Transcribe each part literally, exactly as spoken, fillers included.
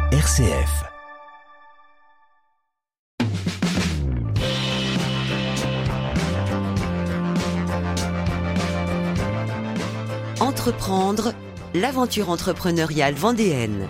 R C F. Entreprendre, l'aventure entrepreneuriale vendéenne.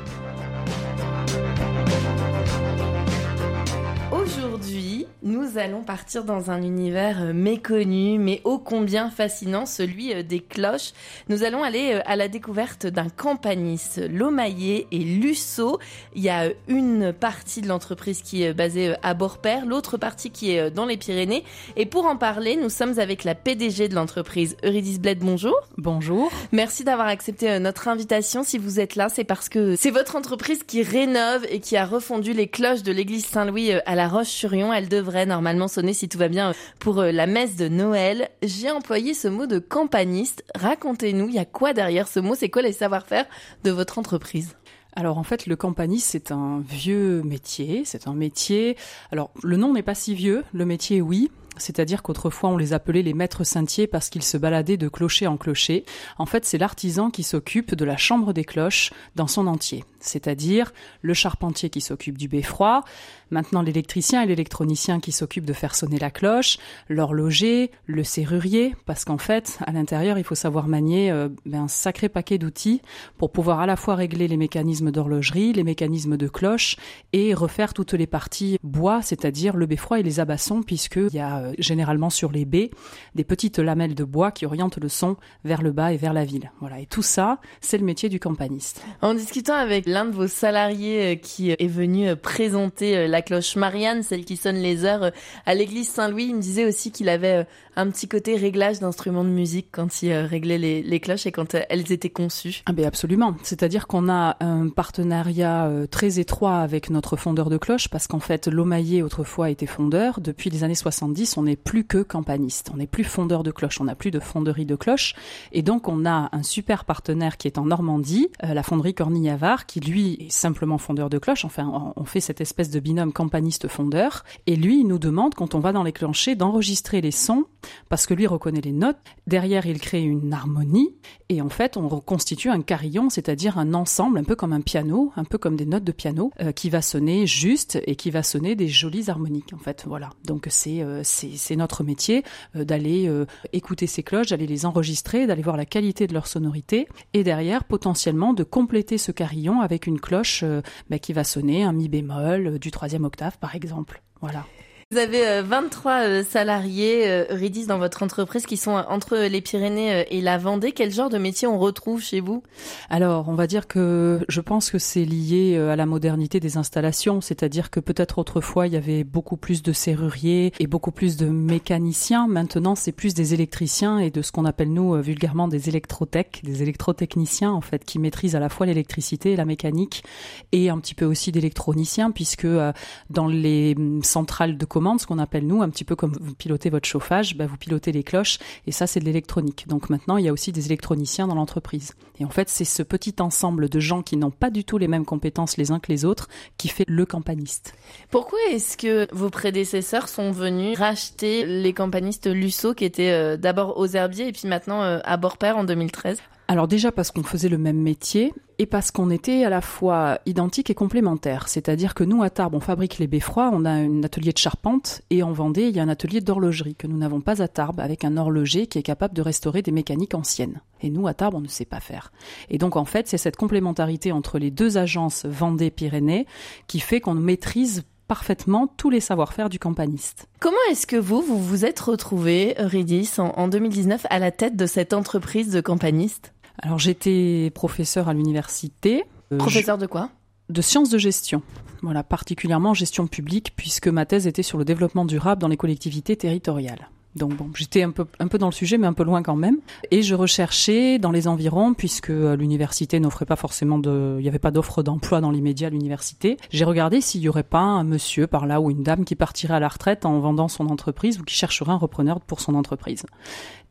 Aujourd'hui, nous allons partir dans un univers méconnu, mais ô combien fascinant, celui des cloches. Nous allons aller à la découverte d'un campaniste, Lomaillé et Lusso. Il y a une partie de l'entreprise qui est basée à Beaurepaire, l'autre partie qui est dans les Pyrénées. Et pour en parler, nous sommes avec la P D G de l'entreprise, Eurydice Bled. Bonjour. Bonjour. Merci d'avoir accepté notre invitation. Si vous êtes là, c'est parce que c'est votre entreprise qui rénove et qui a refondu les cloches de l'église Saint-Louis à La Roche-sur-Yon. Elle devrait normalement sonner, si tout va bien, pour la messe de Noël. J'ai employé ce mot de campaniste. Racontez-nous, il y a quoi derrière ce mot? C'est quoi les savoir-faire de votre entreprise? Alors en fait, le campaniste, c'est un vieux métier. C'est un métier... Alors, le nom n'est pas si vieux, le métier, oui. C'est-à-dire qu'autrefois, on les appelait les maîtres sentiers parce qu'ils se baladaient de clocher en clocher. En fait, c'est l'artisan qui s'occupe de la chambre des cloches dans son entier. C'est-à-dire le charpentier qui s'occupe du beffroi, maintenant l'électricien et l'électronicien qui s'occupent de faire sonner la cloche, l'horloger, le serrurier, parce qu'en fait, à l'intérieur, il faut savoir manier euh, ben, un sacré paquet d'outils pour pouvoir à la fois régler les mécanismes d'horlogerie, les mécanismes de cloche et refaire toutes les parties bois, c'est-à-dire le beffroi et les abassons, puisqu'il y a euh, généralement sur les baies des petites lamelles de bois qui orientent le son vers le bas et vers la ville. Voilà, et tout ça, c'est le métier du campaniste. En discutant avec l'un de vos salariés qui est venu présenter la cloche Marianne, celle qui sonne les heures à l'église Saint-Louis, il me disait aussi qu'il avait un petit côté réglage d'instruments de musique quand il réglait les, les cloches et quand elles étaient conçues. Ah ben absolument, c'est-à-dire qu'on a un partenariat très étroit avec notre fondeur de cloches parce qu'en fait Lomaillé autrefois était fondeur. Depuis les années soixante-dix, on n'est plus que campaniste, on n'est plus fondeur de cloches, on n'a plus de fonderie de cloches et donc on a un super partenaire qui est en Normandie, euh, la fonderie Cornille-Avare, qui lui est simplement fondeur de cloches. Enfin, on fait cette espèce de binôme campaniste-fondeur et lui, il nous demande quand on va dans les clochers d'enregistrer les sons parce que lui reconnaît les notes. Derrière, il crée une harmonie et en fait, on reconstitue un carillon, c'est-à-dire un ensemble, un peu comme un piano, un peu comme des notes de piano, euh, qui va sonner juste et qui va sonner des jolies harmoniques. En fait, voilà. Donc c'est euh, c'est, c'est notre métier euh, d'aller euh, écouter ces cloches, d'aller les enregistrer, d'aller voir la qualité de leur sonorité et derrière, potentiellement, de compléter ce carillon avec une cloche euh, bah, qui va sonner un mi bémol euh, du troisième octave, par exemple. Voilà. Vous avez vingt-trois salariés, Eurydice, dans votre entreprise qui sont entre les Pyrénées et la Vendée. Quel genre de métier on retrouve chez vous? Alors, on va dire que je pense que c'est lié à la modernité des installations. C'est-à-dire que peut-être autrefois, il y avait beaucoup plus de serruriers et beaucoup plus de mécaniciens. Maintenant, c'est plus des électriciens et de ce qu'on appelle, nous, vulgairement, des électrotech, des électrotechniciens, en fait, qui maîtrisent à la fois l'électricité et la mécanique et un petit peu aussi d'électroniciens, puisque euh, dans les centrales de commande, ce qu'on appelle nous, un petit peu comme vous pilotez votre chauffage, bah vous pilotez les cloches et ça c'est de l'électronique. Donc maintenant il y a aussi des électroniciens dans l'entreprise. Et en fait c'est ce petit ensemble de gens qui n'ont pas du tout les mêmes compétences les uns que les autres qui fait le campaniste. Pourquoi est-ce que vos prédécesseurs sont venus racheter les campanistes Lusso qui étaient euh, d'abord aux Herbiers et puis maintenant euh, à Beaurepaire en deux mille treize? Alors déjà parce qu'on faisait le même métier et parce qu'on était à la fois identiques et complémentaires. C'est-à-dire que nous, à Tarbes, on fabrique les beffrois, on a un atelier de charpente et en Vendée, il y a un atelier d'horlogerie que nous n'avons pas à Tarbes avec un horloger qui est capable de restaurer des mécaniques anciennes. Et nous, à Tarbes, on ne sait pas faire. Et donc, en fait, c'est cette complémentarité entre les deux agences Vendée-Pyrénées qui fait qu'on maîtrise parfaitement tous les savoir-faire du campaniste. Comment est-ce que vous, vous vous êtes retrouvée, Eurydice, en, en deux mille dix-neuf à la tête de cette entreprise de campaniste? Alors j'étais professeur à l'université. Euh, professeur de quoi? De sciences de gestion. Voilà, particulièrement gestion publique, puisque ma thèse était sur le développement durable dans les collectivités territoriales. Donc bon, j'étais un peu, un peu dans le sujet, mais un peu loin quand même. Et je recherchais dans les environs, puisque l'université n'offrait pas forcément de... Il n'y avait pas d'offre d'emploi dans l'immédiat à l'université. J'ai regardé s'il n'y aurait pas un monsieur par là ou une dame qui partirait à la retraite en vendant son entreprise ou qui chercherait un repreneur pour son entreprise.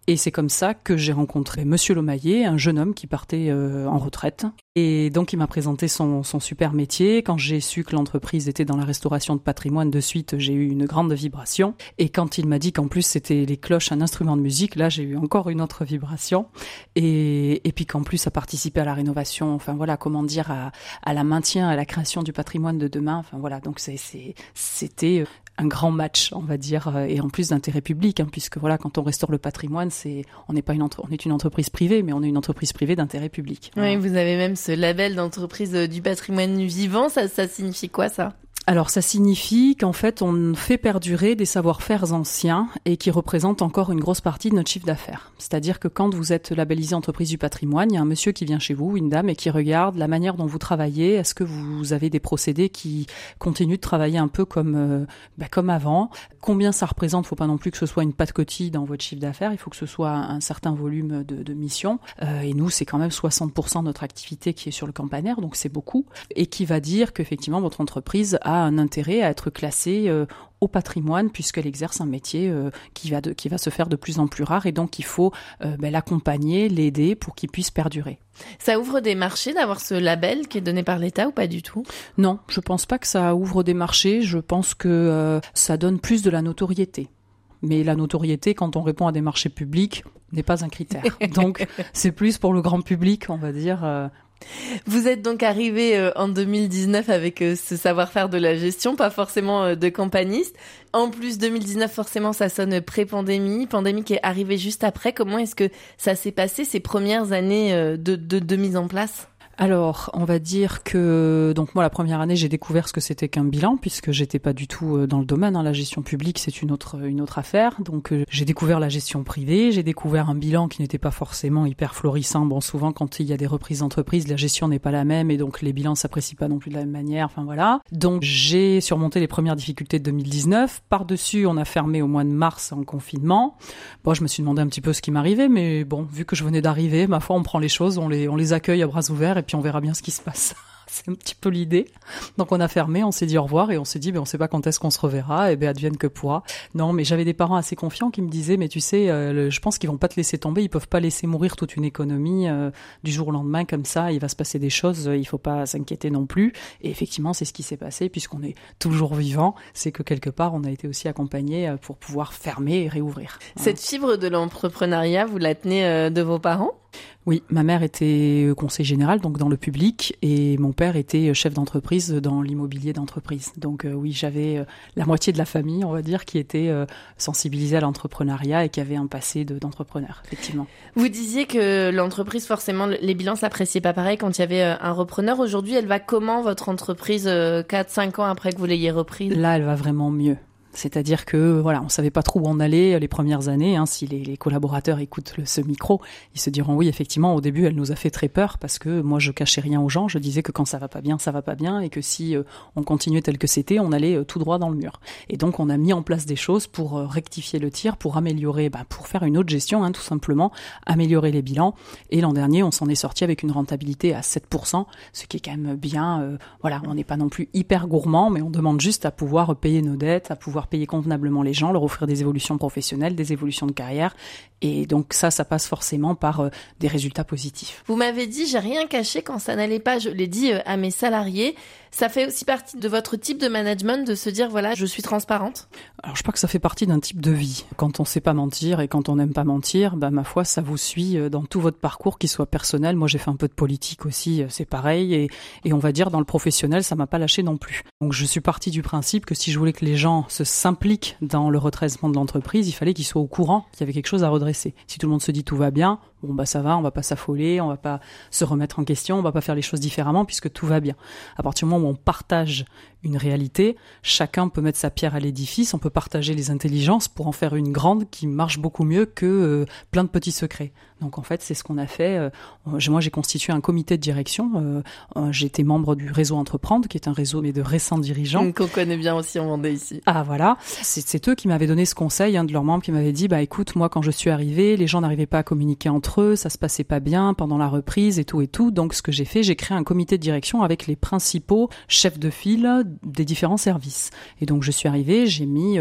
Et c'est comme ça que j'ai rencontré Monsieur Lomaillé, un jeune homme qui partait euh, en retraite. Et donc, il m'a présenté son, son super métier. Quand j'ai su que l'entreprise était dans la restauration de patrimoine, de suite, j'ai eu une grande vibration. Et quand il m'a dit qu'en plus, c'était les cloches, un instrument de musique, là, j'ai eu encore une autre vibration. Et, et puis qu'en plus, ça participait à la rénovation, enfin voilà, comment dire, à, à la maintien, à la création du patrimoine de demain. Enfin voilà, donc c'est, c'est, c'était un grand match, on va dire, et en plus d'intérêt public, hein, puisque voilà, quand on restaure le patrimoine, c'est, on n'est pas une entre, on est une entreprise privée, mais on est une entreprise privée d'intérêt public. Oui, voilà. Vous avez même ce label d'entreprise du patrimoine vivant, ça, ça signifie quoi ça ? Alors ça signifie qu'en fait on fait perdurer des savoir-faire anciens et qui représentent encore une grosse partie de notre chiffre d'affaires. C'est-à-dire que quand vous êtes labellisé entreprise du patrimoine, il y a un monsieur qui vient chez vous, une dame, et qui regarde la manière dont vous travaillez. Est-ce que vous avez des procédés qui continuent de travailler un peu comme euh, bah, comme avant ? Combien ça représente ? Il ne faut pas non plus que ce soit une pâte coquille dans votre chiffre d'affaires. Il faut que ce soit un certain volume de, de missions. Euh, et nous, c'est quand même soixante pour cent de notre activité qui est sur le campanaire, donc c'est beaucoup. Et qui va dire qu'effectivement votre entreprise a un intérêt à être classée euh, au patrimoine puisqu'elle exerce un métier euh, qui va de, qui va se faire de plus en plus rare et donc il faut euh, ben, l'accompagner, l'aider pour qu'il puisse perdurer. Ça ouvre des marchés d'avoir ce label qui est donné par l'État ou pas du tout ? Non, je pense pas que ça ouvre des marchés, je pense que euh, ça donne plus de la notoriété. Mais la notoriété, quand on répond à des marchés publics, n'est pas un critère. Donc c'est plus pour le grand public, on va dire... Euh, Vous êtes donc arrivé euh, en deux mille dix-neuf avec euh, ce savoir-faire de la gestion, pas forcément euh, de campaniste. En plus, deux mille dix-neuf, forcément, ça sonne pré-pandémie, pandémie qui est arrivée juste après. Comment est-ce que ça s'est passé ces premières années euh, de, de, de mise en place ? Alors, on va dire que donc moi la première année j'ai découvert ce que c'était qu'un bilan puisque j'étais pas du tout dans le domaine. Hein. La gestion publique c'est une autre une autre affaire. Donc euh, j'ai découvert la gestion privée, j'ai découvert un bilan qui n'était pas forcément hyper florissant. Bon, souvent quand il y a des reprises d'entreprise, la gestion n'est pas la même et donc les bilans s'apprécient pas non plus de la même manière. Enfin voilà. Donc j'ai surmonté les premières difficultés de deux mille dix-neuf. Par-dessus, on a fermé au mois de mars en confinement. Bon, je me suis demandé un petit peu ce qui m'arrivait, mais bon, vu que je venais d'arriver, ma foi, on prend les choses, on les on les accueille à bras ouverts. Et puis on verra bien ce qui se passe. C'est un petit peu l'idée. Donc on a fermé, on s'est dit au revoir et on s'est dit ben on sait pas quand est-ce qu'on se reverra et ben advienne que pourra. Non, mais j'avais des parents assez confiants qui me disaient mais tu sais euh, le, je pense qu'ils vont pas te laisser tomber, ils peuvent pas laisser mourir toute une économie euh, du jour au lendemain comme ça, il va se passer des choses, euh, il faut pas s'inquiéter non plus. Et effectivement, c'est ce qui s'est passé puisqu'on est toujours vivant, c'est que quelque part on a été aussi accompagnés euh, pour pouvoir fermer et réouvrir. Cette voilà. Fibre de l'entrepreneuriat, vous la tenez euh, de vos parents ? Oui, ma mère était conseiller général, donc dans le public, et mon père était chef d'entreprise dans l'immobilier d'entreprise. Donc euh, oui, j'avais euh, la moitié de la famille, on va dire, qui était euh, sensibilisée à l'entrepreneuriat et qui avait un passé de, d'entrepreneur, effectivement. Vous disiez que l'entreprise, forcément, les bilans s'appréciaient pas pareil quand il y avait euh, un repreneur. Aujourd'hui, elle va comment, votre entreprise, euh, quatre cinq ans après que vous l'ayez reprise ? Là, elle va vraiment mieux. C'est-à-dire que voilà, on savait pas trop où on allait les premières années. Hein, si les, les collaborateurs écoutent le, ce micro, ils se diront oui, effectivement, au début, elle nous a fait très peur parce que moi, je cachais rien aux gens. Je disais que quand ça va pas bien, ça va pas bien, et que si euh, on continuait tel que c'était, on allait euh, tout droit dans le mur. Et donc, on a mis en place des choses pour euh, rectifier le tir, pour améliorer, bah, pour faire une autre gestion, hein, tout simplement, améliorer les bilans. Et l'an dernier, on s'en est sorti avec une rentabilité à sept pour cent, ce qui est quand même bien. Euh, voilà, on n'est pas non plus hyper gourmand, mais on demande juste à pouvoir payer nos dettes, à pouvoir payer convenablement les gens, leur offrir des évolutions professionnelles, des évolutions de carrière. Et donc ça, ça passe forcément par euh, des résultats positifs. Vous m'avez dit, j'ai rien caché quand ça n'allait pas. Je l'ai dit euh, à mes salariés. Ça fait aussi partie de votre type de management de se dire, voilà, je suis transparente ? Alors, je crois que ça fait partie d'un type de vie. Quand on sait pas mentir et quand on n'aime pas mentir, bah, ma foi, ça vous suit dans tout votre parcours, qu'il soit personnel. Moi, j'ai fait un peu de politique aussi, c'est pareil. Et, et on va dire, dans le professionnel, ça m'a pas lâché non plus. Donc, je suis partie du principe que si je voulais que les gens se s'impliquent dans le redressement de l'entreprise, il fallait qu'ils soient au courant qu'il y avait quelque chose à redresser. Si tout le monde se dit tout va bien, bon, bah, ça va, on va pas s'affoler, on va pas se remettre en question, on va pas faire les choses différemment puisque tout va bien. À partir du moment où on partage une réalité, chacun peut mettre sa pierre à l'édifice, on peut partager les intelligences pour en faire une grande qui marche beaucoup mieux que euh, plein de petits secrets. Donc en fait, c'est ce qu'on a fait. Euh, moi, j'ai constitué un comité de direction. Euh, euh, j'ai été membre du réseau Entreprendre, qui est un réseau mais de récents dirigeants. Qu'on connaît bien aussi en Vendée ici. Ah voilà, c'est, c'est eux qui m'avaient donné ce conseil, hein, de leurs membres qui m'avaient dit, bah écoute, moi quand je suis arrivée, les gens n'arrivaient pas à communiquer entre eux, ça se passait pas bien pendant la reprise et tout et tout. Donc ce que j'ai fait, j'ai créé un comité de direction avec les principaux chefs de file des différents services. Et donc je suis arrivée, j'ai mis euh,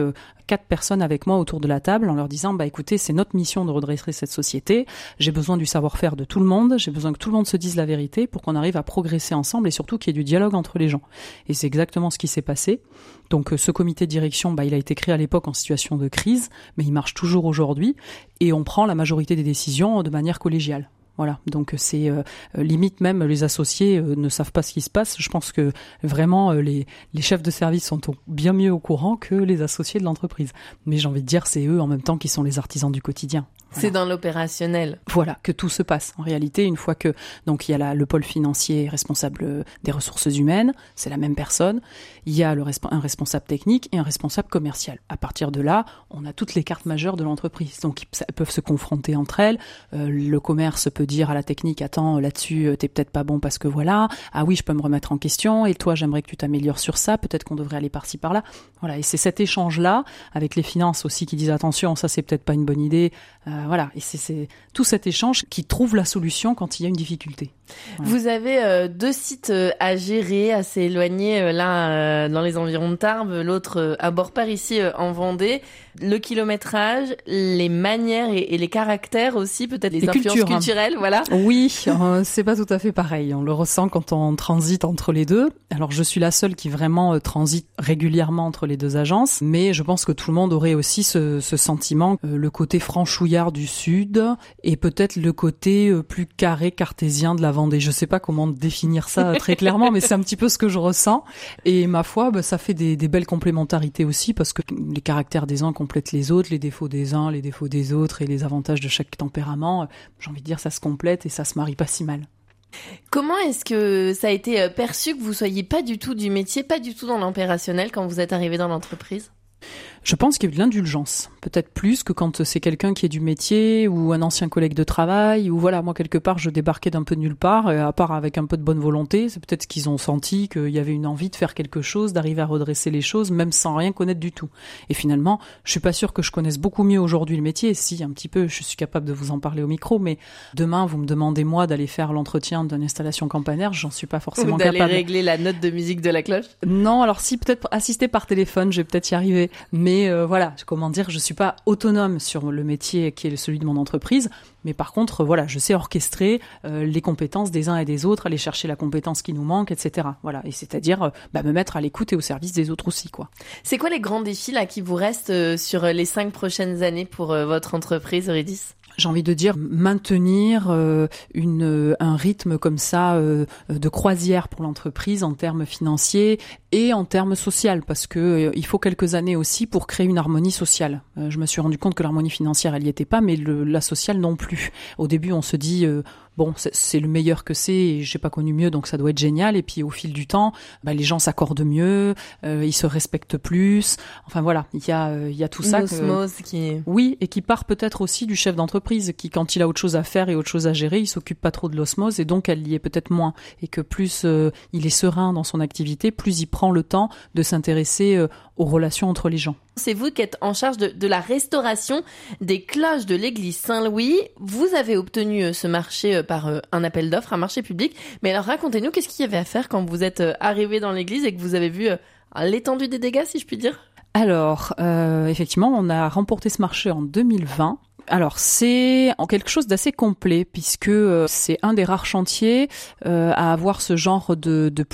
quatre personnes avec moi autour de la table en leur disant bah écoutez, c'est notre mission de redresser cette société. J'ai besoin du savoir-faire de tout le monde. J'ai besoin que tout le monde se dise la vérité pour qu'on arrive à progresser ensemble et surtout qu'il y ait du dialogue entre les gens. Et c'est exactement ce qui s'est passé. Donc ce comité de direction, bah, il a été créé à l'époque en situation de crise, mais il marche toujours aujourd'hui et on prend la majorité des décisions de manière collégiale. Voilà, donc c'est euh, limite même les associés euh, ne savent pas ce qui se passe. Je pense que vraiment euh, les, les chefs de service sont au, bien mieux au courant que les associés de l'entreprise. Mais j'ai envie de dire, c'est eux en même temps qui sont les artisans du quotidien. Voilà. C'est dans l'opérationnel. Voilà, que tout se passe. En réalité, une fois que donc il y a la, le pôle financier responsable des ressources humaines, c'est la même personne. Il y a le, un responsable technique et un responsable commercial. À partir de là, on a toutes les cartes majeures de l'entreprise. Donc, elles peuvent se confronter entre elles. Euh, le commerce peut dire à la technique, attends, là-dessus, t'es peut-être pas bon parce que voilà. Ah oui, je peux me remettre en question. Et toi, j'aimerais que tu t'améliores sur ça. Peut-être qu'on devrait aller par-ci, par-là. Voilà. Et c'est cet échange-là, avec les finances aussi, qui disent, attention, ça, c'est peut-être pas une bonne idée. Euh, voilà. Et c'est, c'est tout cet échange qui trouve la solution quand il y a une difficulté. Voilà. Vous avez euh, deux sites euh, à gérer, assez éloignés, euh, l'un euh, dans les environs de Tarbes, l'autre euh, à Bord-Père, ici euh, en Vendée. Le kilométrage, les manières et, et les caractères aussi, peut-être les, les influences cultures, culturelles, hein. Voilà. Oui, euh, c'est pas tout à fait pareil. On le ressent quand on transite entre les deux. Alors je suis la seule qui vraiment euh, transite régulièrement entre les deux agences, mais je pense que tout le monde aurait aussi ce, ce sentiment, euh, le côté franchouillard du Sud et peut-être le côté euh, plus carré cartésien de la Vendée. Je sais pas comment définir ça très clairement, mais c'est un petit peu ce que je ressens. Et ma foi, bah, ça fait des, des belles complémentarités aussi parce que les caractères des uns complètent les autres, les défauts des uns, les défauts des autres et les avantages de chaque tempérament. J'ai envie de dire, ça se complète et ça se marie pas si mal. Comment est-ce que ça a été perçu que vous soyez pas du tout du métier, pas du tout dans l'opérationnel quand vous êtes arrivé dans l'entreprise ? Je pense qu'il y a eu de l'indulgence, peut-être plus que quand c'est quelqu'un qui est du métier ou un ancien collègue de travail ou voilà, moi quelque part je débarquais d'un peu nulle part et à part avec un peu de bonne volonté, c'est peut-être qu'ils ont senti qu'il y avait une envie de faire quelque chose, d'arriver à redresser les choses même sans rien connaître du tout. Et finalement, je suis pas sûre que je connaisse beaucoup mieux aujourd'hui le métier, si un petit peu, je suis capable de vous en parler au micro, mais demain vous me demandez moi d'aller faire l'entretien d'une installation campanaire, j'en suis pas forcément ou d'aller capable. D'aller régler la note de musique de la cloche ? Non, alors si peut-être assister par téléphone, je vais peut-être y arriver, mais Mais euh, voilà, comment dire, je suis pas autonome sur le métier qui est celui de mon entreprise, mais par contre, voilà, je sais orchestrer euh, les compétences des uns et des autres, aller chercher la compétence qui nous manque, et cetera. Voilà, et c'est-à-dire euh, bah, me mettre à l'écoute et au service des autres aussi, quoi. C'est quoi les grands défis là qui vous restent euh, sur les cinq prochaines années pour euh, votre entreprise, Eurydice ? J'ai envie de dire maintenir euh, une, un rythme comme ça euh, de croisière pour l'entreprise en termes financiers et en termes social, parce que euh, il faut quelques années aussi pour créer une harmonie sociale. Euh, je me suis rendu compte que l'harmonie financière, elle y était pas, mais le, la sociale non plus. Au début, on se dit euh, bon, c'est, c'est le meilleur que c'est, et j'ai pas connu mieux, donc ça doit être génial. Et puis au fil du temps, bah, les gens s'accordent mieux, euh, ils se respectent plus. Enfin voilà, il y a, il euh, y a tout ça. L'osmose que... qui. Oui, et qui part peut-être aussi du chef d'entreprise, qui quand il a autre chose à faire et autre chose à gérer, il s'occupe pas trop de l'osmose, et donc elle y est peut-être moins. Et que plus euh, il est serein dans son activité, plus il prend le temps de s'intéresser euh, aux relations entre les gens. C'est vous qui êtes en charge de, de la restauration des cloches de l'église Saint-Louis. Vous avez obtenu ce marché par un appel d'offres, un marché public. Mais alors racontez-nous, qu'est-ce qu'il y avait à faire quand vous êtes arrivé dans l'église et que vous avez vu l'étendue des dégâts, si je puis dire ? Alors, euh, effectivement, on a remporté ce marché en deux mille vingt. Alors c'est en quelque chose d'assez complet puisque euh, c'est un des rares chantiers euh, à avoir ce genre de, de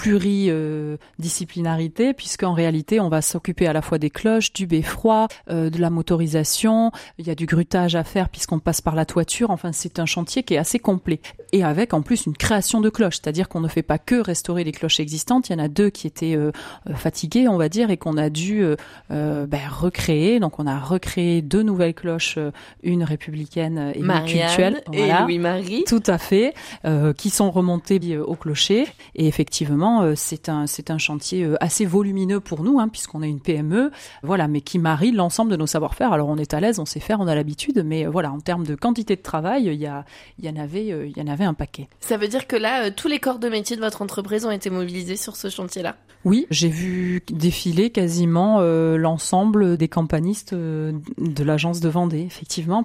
pluridisciplinarité, puisqu'en réalité on va s'occuper à la fois des cloches, du beffroi, euh, de la motorisation, il y a du grutage à faire puisqu'on passe par la toiture, enfin c'est un chantier qui est assez complet. Et avec en plus une création de cloches, c'est-à-dire qu'on ne fait pas que restaurer les cloches existantes, il y en a deux qui étaient euh, fatiguées on va dire et qu'on a dû euh, euh, ben, recréer, donc on a recréé deux nouvelles cloches, euh, une républicaine et Marianne cultuelle, et voilà, Louis-Marie, tout à fait, euh, qui sont remontés au clocher. Et effectivement, euh, c'est un c'est un chantier assez volumineux pour nous, hein, puisqu'on est une P M E, voilà, mais qui marie l'ensemble de nos savoir-faire. Alors on est à l'aise, on sait faire, on a l'habitude, mais euh, voilà, en termes de quantité de travail, il y a il y en avait euh, il y en avait un paquet. Ça veut dire que là, euh, tous les corps de métier de votre entreprise ont été mobilisés sur ce chantier-là ? Oui, j'ai vu défiler quasiment euh, l'ensemble des campagnistes euh, de l'agence de Vendée, effectivement.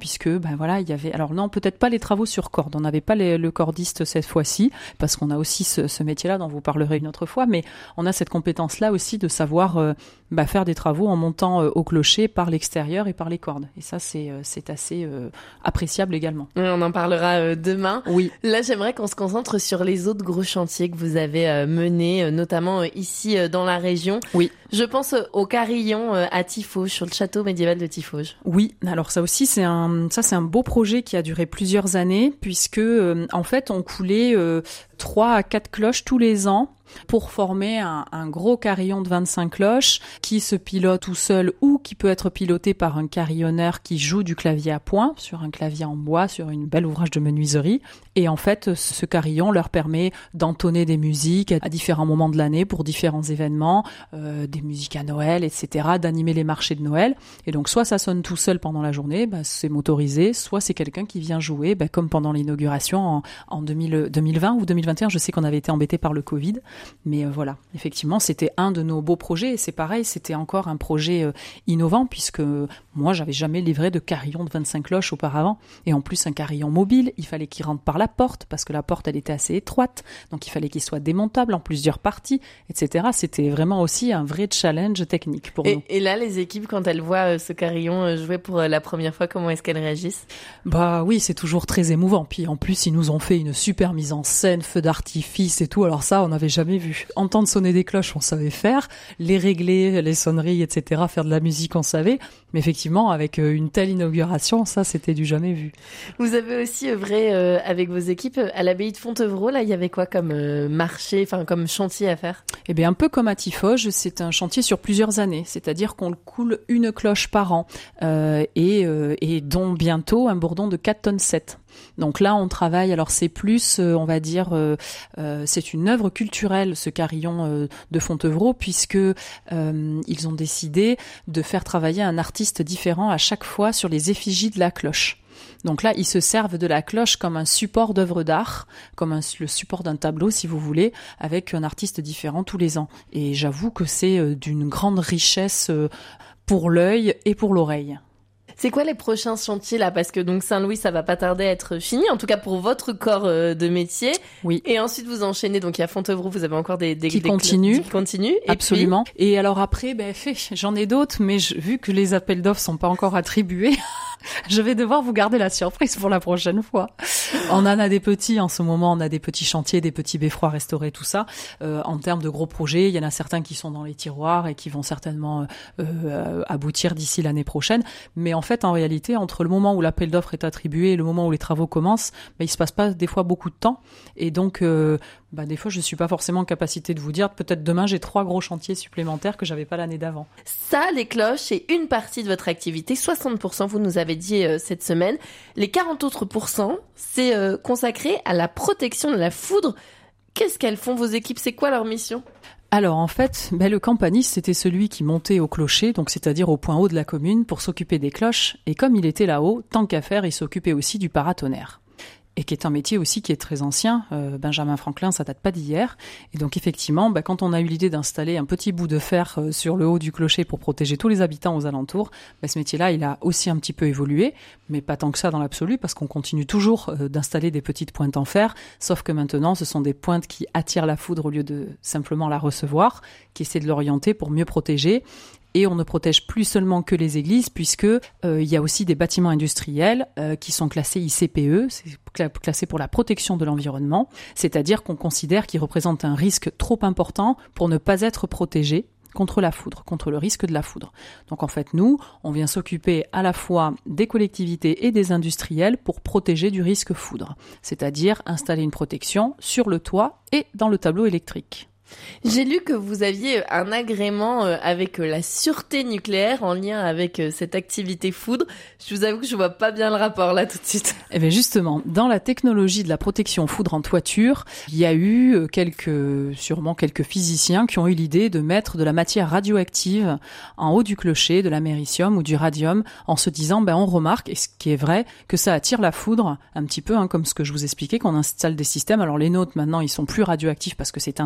puisque ben voilà, il y avait alors non, peut-être pas les travaux sur corde, on n'avait pas les, le cordiste cette fois-ci parce qu'on a aussi ce, ce métier-là dont vous parlerez une autre fois, mais on a cette compétence-là aussi de savoir euh, bah, faire des travaux en montant euh, au clocher par l'extérieur et par les cordes. Et ça, c'est euh, c'est assez euh, appréciable également. Oui, on en parlera euh, demain. Oui. Là, j'aimerais qu'on se concentre sur les autres gros chantiers que vous avez euh, menés, euh, notamment euh, ici euh, dans la région. Oui. Je pense euh, au carillon euh, à Tiffauges, sur le château médiéval de Tiffauges. Oui, alors ça aussi, c'est un, ça c'est un beau projet qui a duré plusieurs années, puisque euh, en fait, on coulait euh, trois à quatre cloches tous les ans pour former un, un gros carillon de vingt-cinq cloches qui se pilote tout seul ou qui peut être piloté par un carillonneur qui joue du clavier à point sur un clavier en bois, sur une belle ouvrage de menuiserie. Et en fait, ce carillon leur permet d'entonner des musiques à différents moments de l'année pour différents événements, euh, des musiques à Noël, et cetera, d'animer les marchés de Noël. Et donc, soit ça sonne tout seul pendant la journée, bah, c'est motorisé, soit c'est quelqu'un qui vient jouer, bah, comme pendant l'inauguration en, en deux mille, deux mille vingt ou deux mille vingt et un. Je sais qu'on avait été embêtés par le Covid. Mais euh, voilà, effectivement, c'était un de nos beaux projets. Et c'est pareil, c'était encore un projet euh, innovant puisque euh, moi, j'avais jamais livré de carillon de vingt-cinq cloches auparavant. Et en plus, un carillon mobile, il fallait qu'il rentre par la porte parce que la porte, elle était assez étroite. Donc, il fallait qu'il soit démontable en plusieurs parties, et cetera. C'était vraiment aussi un vrai challenge technique pour et, nous. Et là, les équipes, quand elles voient euh, ce carillon euh, jouer pour euh, la première fois, comment est-ce qu'elles réagissent ? Bah oui, c'est toujours très émouvant. Puis en plus, ils nous ont fait une super mise en scène, feux d'artifice et tout. Alors ça, on n'avait jamais vu. Entendre sonner des cloches, on savait faire. Les régler, les sonneries, et cetera. Faire de la musique, on savait. Mais effectivement, avec une telle inauguration, ça, c'était du jamais vu. Vous avez aussi œuvré euh, avec vos équipes à l'abbaye de Fontevraud. Là, il y avait quoi comme euh, marché, enfin comme chantier à faire ? Eh bien, un peu comme à Tiffauges, c'est un chantier sur plusieurs années. C'est-à-dire qu'on coule une cloche par an euh, et, euh, et dont bientôt un bourdon de quatre tonnes sept. Donc là, on travaille. Alors c'est plus, euh, on va dire, euh, euh, c'est une œuvre culturelle, ce carillon euh, de Fontevraud, puisque euh, ils ont décidé de faire travailler un artiste différent à chaque fois sur les effigies de la cloche. Donc là, ils se servent de la cloche comme un support d'œuvre d'art, comme un, le support d'un tableau, si vous voulez, avec un artiste différent tous les ans. Et j'avoue que c'est euh, d'une grande richesse euh, pour l'œil et pour l'oreille. C'est quoi les prochains chantiers là ? Parce que donc Saint-Louis, ça va pas tarder à être fini, en tout cas pour votre corps euh, de métier. Oui. Et ensuite vous enchaînez, donc il y a Fontevraud, vous avez encore des... des qui des continuent. Qui continuent. Et absolument. Puis... Et alors après, ben, fait, j'en ai d'autres, mais je, vu que les appels d'offres sont pas encore attribués, je vais devoir vous garder la surprise pour la prochaine fois. On en a des petits en ce moment, on a des petits chantiers, des petits beffrois restaurés, tout ça. Euh, en termes de gros projets, il y en a certains qui sont dans les tiroirs et qui vont certainement euh, euh, aboutir d'ici l'année prochaine. Mais en fait, en réalité, entre le moment où l'appel d'offres est attribué et le moment où les travaux commencent, ben, il se passe pas des fois beaucoup de temps. Et donc, euh, ben, des fois, je suis pas forcément en capacité de vous dire. Peut-être demain, j'ai trois gros chantiers supplémentaires que j'avais pas l'année d'avant. Ça, les cloches, c'est une partie de votre activité. soixante pour cent, vous nous avez dit euh, cette semaine. Les quarante autres pourcents, c'est euh, consacré à la protection de la foudre. Qu'est-ce qu'elles font, vos équipes ? C'est quoi leur mission ? Alors en fait, ben, le campaniste, c'était celui qui montait au clocher, donc c'est-à-dire au point haut de la commune, pour s'occuper des cloches. Et comme il était là-haut, tant qu'à faire, il s'occupait aussi du paratonnerre. Et qui est un métier aussi qui est très ancien. Euh, Benjamin Franklin, ça date pas d'hier. Et donc effectivement, bah, quand on a eu l'idée d'installer un petit bout de fer euh, sur le haut du clocher pour protéger tous les habitants aux alentours, bah, ce métier-là, il a aussi un petit peu évolué, mais pas tant que ça dans l'absolu, parce qu'on continue toujours euh, d'installer des petites pointes en fer, sauf que maintenant, ce sont des pointes qui attirent la foudre au lieu de simplement la recevoir, qui essaient de l'orienter pour mieux protéger. Et on ne protège plus seulement que les églises, puisque euh, il y a aussi des bâtiments industriels euh, qui sont classés I C P E, c'est cl- classé pour la protection de l'environnement, c'est-à-dire qu'on considère qu'ils représentent un risque trop important pour ne pas être protégés contre la foudre, contre le risque de la foudre. Donc en fait, nous, on vient s'occuper à la fois des collectivités et des industriels pour protéger du risque foudre, c'est-à-dire installer une protection sur le toit et dans le tableau électrique. J'ai lu que vous aviez un agrément avec la sûreté nucléaire en lien avec cette activité foudre. Je vous avoue que je vois pas bien le rapport là tout de suite. Eh bien justement, dans la technologie de la protection foudre en toiture, il y a eu quelques, sûrement quelques physiciens qui ont eu l'idée de mettre de la matière radioactive en haut du clocher, de l'américium ou du radium, en se disant, ben on remarque, et ce qui est vrai, que ça attire la foudre un petit peu, hein, comme ce que je vous expliquais, qu'on installe des systèmes. Alors les nôtres maintenant, ils sont plus radioactifs parce que c'est interdit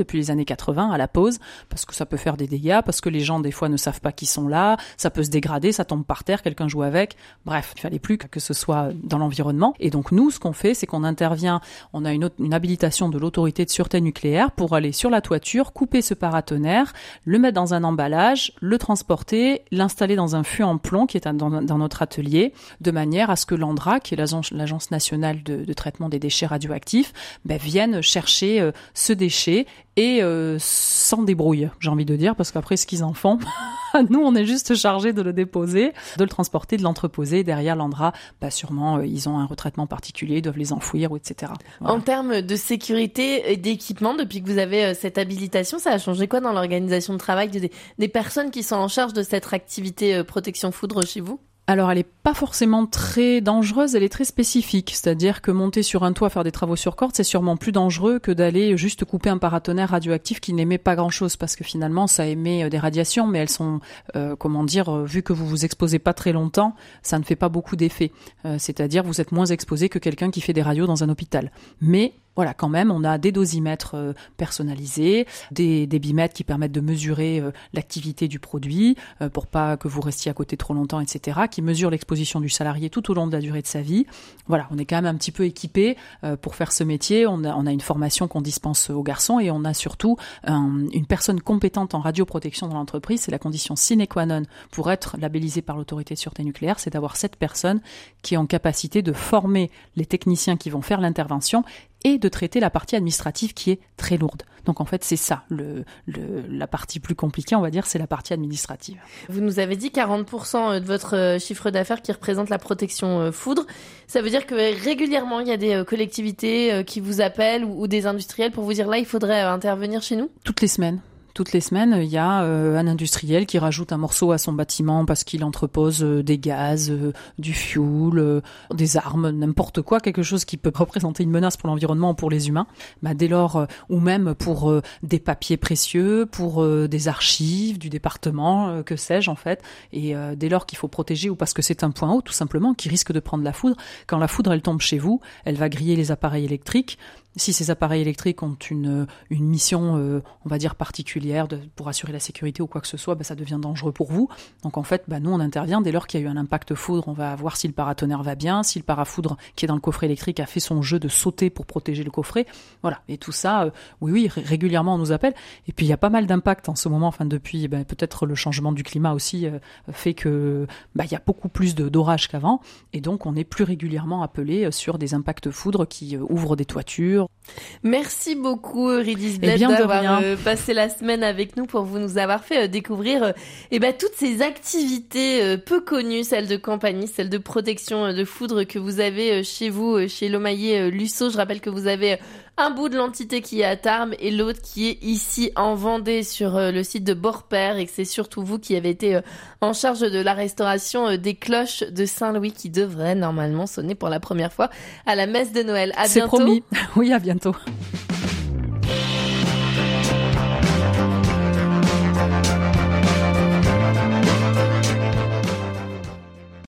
depuis les années quatre-vingts à la pause, parce que ça peut faire des dégâts, parce que les gens des fois ne savent pas qu'ils sont là, ça peut se dégrader, ça tombe par terre, quelqu'un joue avec. Bref, il fallait plus que ce soit dans l'environnement. Et donc nous, ce qu'on fait, c'est qu'on intervient, on a une, autre, une habilitation de l'autorité de sûreté nucléaire pour aller sur la toiture, couper ce paratonnerre, le mettre dans un emballage, le transporter, l'installer dans un fût en plomb qui est dans, dans notre atelier, de manière à ce que l'ANDRA, qui est l'agence, l'agence nationale de, de traitement des déchets radioactifs, ben, vienne chercher euh, ce déchet et euh, s'en débrouille, j'ai envie de dire, parce qu'après ce qu'ils en font, nous on est juste chargés de le déposer, de le transporter, de l'entreposer. Derrière l'ANDRA, bah sûrement euh, ils ont un retraitement particulier, ils doivent les enfouir, ou et cetera. Voilà. En termes de sécurité et d'équipement, depuis que vous avez euh, cette habilitation, ça a changé quoi dans l'organisation de travail des, des personnes qui sont en charge de cette activité euh, protection foudre chez vous ? Alors, elle est pas forcément très dangereuse, elle est très spécifique. C'est-à-dire que monter sur un toit, faire des travaux sur corde, c'est sûrement plus dangereux que d'aller juste couper un paratonnerre radioactif qui n'émet pas grand-chose, parce que finalement, ça émet des radiations, mais elles sont, euh, comment dire, vu que vous vous exposez pas très longtemps, ça ne fait pas beaucoup d'effet. Euh, c'est-à-dire, vous êtes moins exposé que quelqu'un qui fait des radios dans un hôpital. Mais voilà, quand même, on a des dosimètres euh, personnalisés, des, des bimètres qui permettent de mesurer euh, l'activité du produit euh, pour pas que vous restiez à côté trop longtemps, et cetera, qui mesurent l'exposition du salarié tout au long de la durée de sa vie. Voilà, on est quand même un petit peu équipé euh, pour faire ce métier. On a, on a une formation qu'on dispense aux garçons et on a surtout un, une personne compétente en radioprotection dans l'entreprise. C'est la condition sine qua non pour être labellisé par l'autorité de sûreté nucléaire, c'est d'avoir cette personne qui est en capacité de former les techniciens qui vont faire l'intervention et de traiter la partie administrative qui est très lourde. Donc en fait, c'est ça, le, le, la partie plus compliquée, on va dire, c'est la partie administrative. Vous nous avez dit quarante pour cent de votre chiffre d'affaires qui représente la protection foudre. Ça veut dire que régulièrement, il y a des collectivités qui vous appellent ou des industriels pour vous dire là, il faudrait intervenir chez nous ? Toutes les semaines. Toutes les semaines, il y a euh, un industriel qui rajoute un morceau à son bâtiment parce qu'il entrepose euh, des gaz, euh, du fioul, euh, des armes, n'importe quoi, quelque chose qui peut représenter une menace pour l'environnement ou pour les humains. Bah, dès lors, euh, ou même pour euh, des papiers précieux, pour euh, des archives du département, euh, que sais-je en fait. Et euh, dès lors qu'il faut protéger ou parce que c'est un point haut tout simplement qui risque de prendre la foudre. Quand la foudre elle tombe chez vous, elle va griller les appareils électriques. Si ces appareils électriques ont une, une mission, euh, on va dire, particulière de, pour assurer la sécurité ou quoi que ce soit, bah, ça devient dangereux pour vous. Donc en fait, bah, nous, on intervient dès lors qu'il y a eu un impact foudre. On va voir si le paratonnerre va bien, si le parafoudre qui est dans le coffret électrique a fait son jeu de sauter pour protéger le coffret. Voilà. Et tout ça, euh, oui, oui, régulièrement, on nous appelle. Et puis, il y a pas mal d'impacts en ce moment. Enfin, depuis, bah, peut-être le changement du climat aussi euh, fait que bah, il y a beaucoup plus de, d'orages qu'avant. Et donc, on est plus régulièrement appelé sur des impacts foudre qui euh, ouvrent des toitures. Merci beaucoup Eurydice Bled eh d'avoir euh, passé la semaine avec nous pour vous nous avoir fait euh, découvrir euh, eh ben, toutes ces activités euh, peu connues, celles de compagnie, celles de protection euh, de foudre que vous avez euh, chez vous, euh, chez Lomaillé euh, Lusso. Je rappelle que vous avez euh, un bout de l'entité qui est à Tarbes et l'autre qui est ici en Vendée sur euh, le site de Beaurepaire et que c'est surtout vous qui avez été euh, en charge de la restauration euh, des cloches de Saint-Louis qui devraient normalement sonner pour la première fois à la messe de Noël. À c'est bientôt. Promis. Oui, à bientôt.